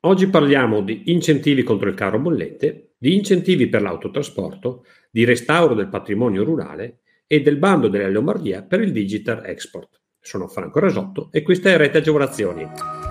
Oggi parliamo di incentivi contro il caro bollette, di incentivi per l'autotrasporto, di restauro del patrimonio rurale e del bando della Lombardia per il Digital Export. Sono Franco Rasotto e questa è Rete Agevolazioni.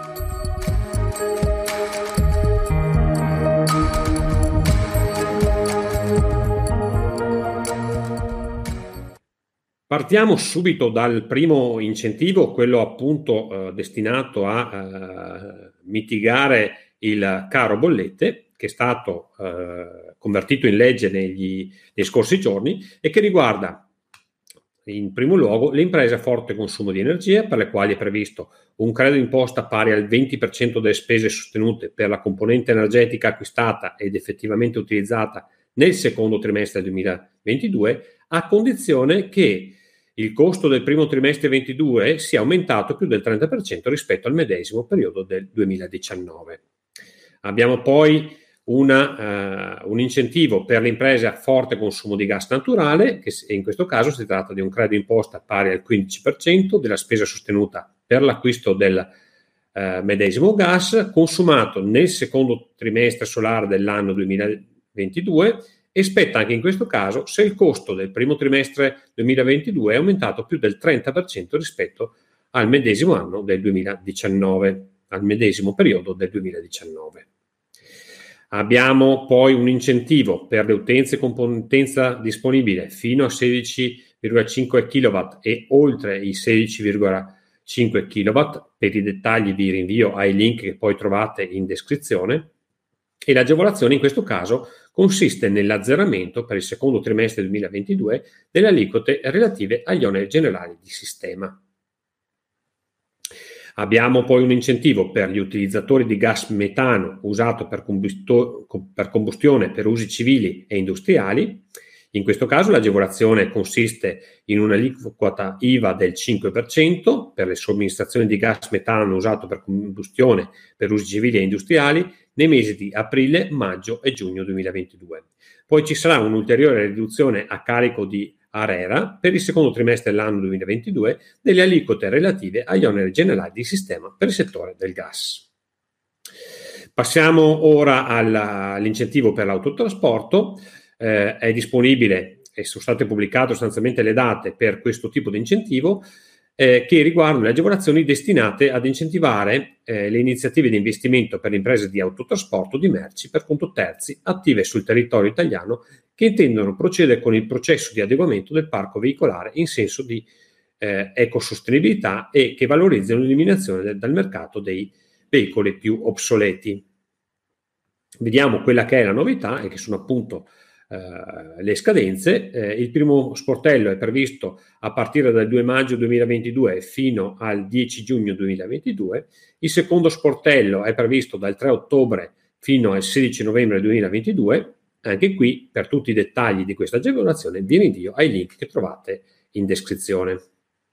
Partiamo subito dal primo incentivo, quello appunto destinato a mitigare il caro bollette, che è stato convertito in legge nei scorsi giorni e che riguarda in primo luogo le imprese a forte consumo di energia, per le quali è previsto un credito d'imposta pari al 20% delle spese sostenute per la componente energetica acquistata ed effettivamente utilizzata nel secondo trimestre del 2022, a condizione che il costo del primo trimestre 2022 sia aumentato più del 30% rispetto al medesimo periodo del 2019. Abbiamo poi un incentivo per le imprese a forte consumo di gas naturale, che in questo caso si tratta di un credito d'imposta pari al 15% della spesa sostenuta per l'acquisto del medesimo gas consumato nel secondo trimestre solare dell'anno 2022, e spetta anche in questo caso se il costo del primo trimestre 2022 è aumentato più del 30% rispetto al medesimo anno del 2019, al medesimo periodo del 2019. Abbiamo poi un incentivo per le utenze con potenza disponibile fino a 16,5 kW e oltre i 16,5 kW. Per i dettagli vi rinvio ai link che poi trovate in descrizione. E l'agevolazione in questo caso consiste nell'azzeramento per il secondo trimestre 2022 delle aliquote relative agli oneri generali di sistema. Abbiamo poi un incentivo per gli utilizzatori di gas metano usato per combustione per usi civili e industriali. In questo caso l'agevolazione consiste in un'aliquota IVA del 5% per le somministrazioni di gas metano usato per combustione per usi civili e industriali nei mesi di aprile, maggio e giugno 2022. Poi ci sarà un'ulteriore riduzione a carico di ARERA per il secondo trimestre dell'anno 2022 delle aliquote relative agli oneri generali di sistema per il settore del gas. Passiamo ora all'incentivo per l'autotrasporto. È disponibile e sono state pubblicate sostanzialmente le date per questo tipo di incentivo che riguardano le agevolazioni destinate ad incentivare le iniziative di investimento per le imprese di autotrasporto di merci per conto terzi attive sul territorio italiano che intendono procedere con il processo di adeguamento del parco veicolare in senso di ecosostenibilità e che valorizzano l'eliminazione dal mercato dei veicoli più obsoleti. Vediamo quella che è la novità e che sono appunto le scadenze. Il primo sportello è previsto a partire dal 2 maggio 2022 fino al 10 giugno 2022, il secondo sportello è previsto dal 3 ottobre fino al 16 novembre 2022. Anche qui, per tutti i dettagli di questa agevolazione, vi rinvio ai link che trovate in descrizione.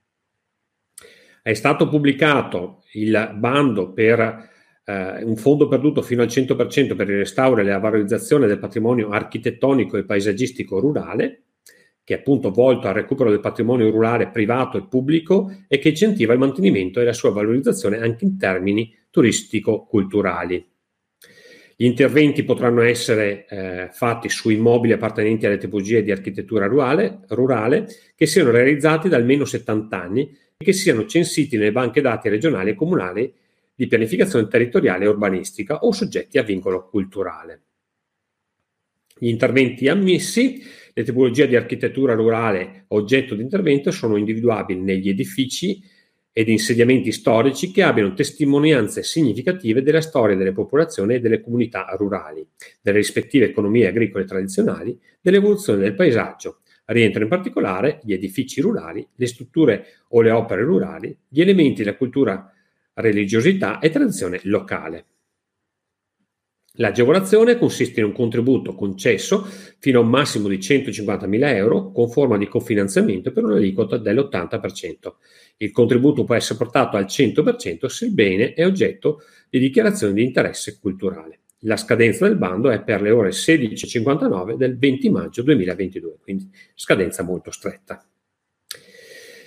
È stato pubblicato il bando per un fondo perduto fino al 100% per il restauro e la valorizzazione del patrimonio architettonico e paesaggistico rurale, che è appunto volto al recupero del patrimonio rurale privato e pubblico e che incentiva il mantenimento e la sua valorizzazione anche in termini turistico-culturali. Gli interventi potranno essere fatti su immobili appartenenti alle tipologie di architettura rurale che siano realizzati da almeno 70 anni e che siano censiti nelle banche dati regionali e comunali di pianificazione territoriale e urbanistica o soggetti a vincolo culturale. Gli interventi ammessi, le tipologie di architettura rurale oggetto di intervento sono individuabili negli edifici ed insediamenti storici che abbiano testimonianze significative della storia delle popolazioni e delle comunità rurali, delle rispettive economie agricole tradizionali, dell'evoluzione del paesaggio. Rientrano in particolare gli edifici rurali, le strutture o le opere rurali, gli elementi della cultura, religiosità e tradizione locale. L'agevolazione consiste in un contributo concesso fino a un massimo di 150.000 euro con forma di cofinanziamento per un'aliquota dell'80%. Il contributo può essere portato al 100% se il bene è oggetto di dichiarazione di interesse culturale. La scadenza del bando è per le ore 16:59 del 20 maggio 2022, quindi scadenza molto stretta.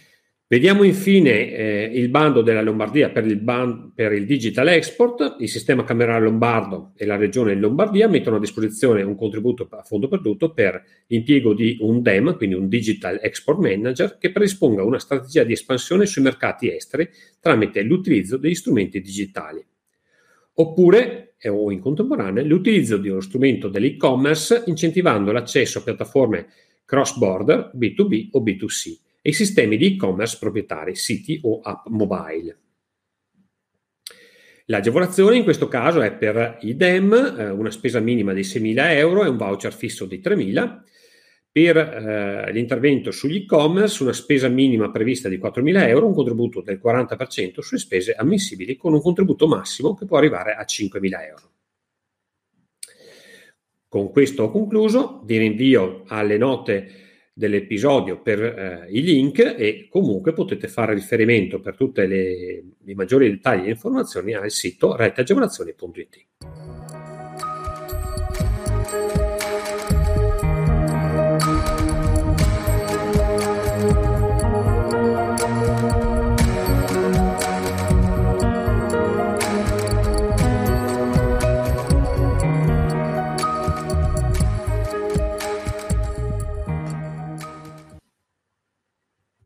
Vediamo infine il bando della Lombardia per il Digital Export. Il sistema camerale lombardo e la regione Lombardia mettono a disposizione un contributo a fondo perduto per l'impiego di un DEM, quindi un Digital Export Manager, che predisponga una strategia di espansione sui mercati esteri tramite l'utilizzo degli strumenti digitali. Oppure, o in contemporanea, l'utilizzo di uno strumento dell'e-commerce incentivando l'accesso a piattaforme cross-border, B2B o B2C, e i sistemi di e-commerce proprietari, siti o app mobile. L'agevolazione in questo caso è per i DEM, una spesa minima di 6.000 euro e un voucher fisso di 3.000. Per l'intervento sugli e-commerce, una spesa minima prevista di 4.000 euro, un contributo del 40% sulle spese ammissibili, con un contributo massimo che può arrivare a 5.000 euro. Con questo ho concluso, vi rinvio alle note dell'episodio per i link e comunque potete fare riferimento per tutti i maggiori dettagli e informazioni al sito retteagevolazioni.it.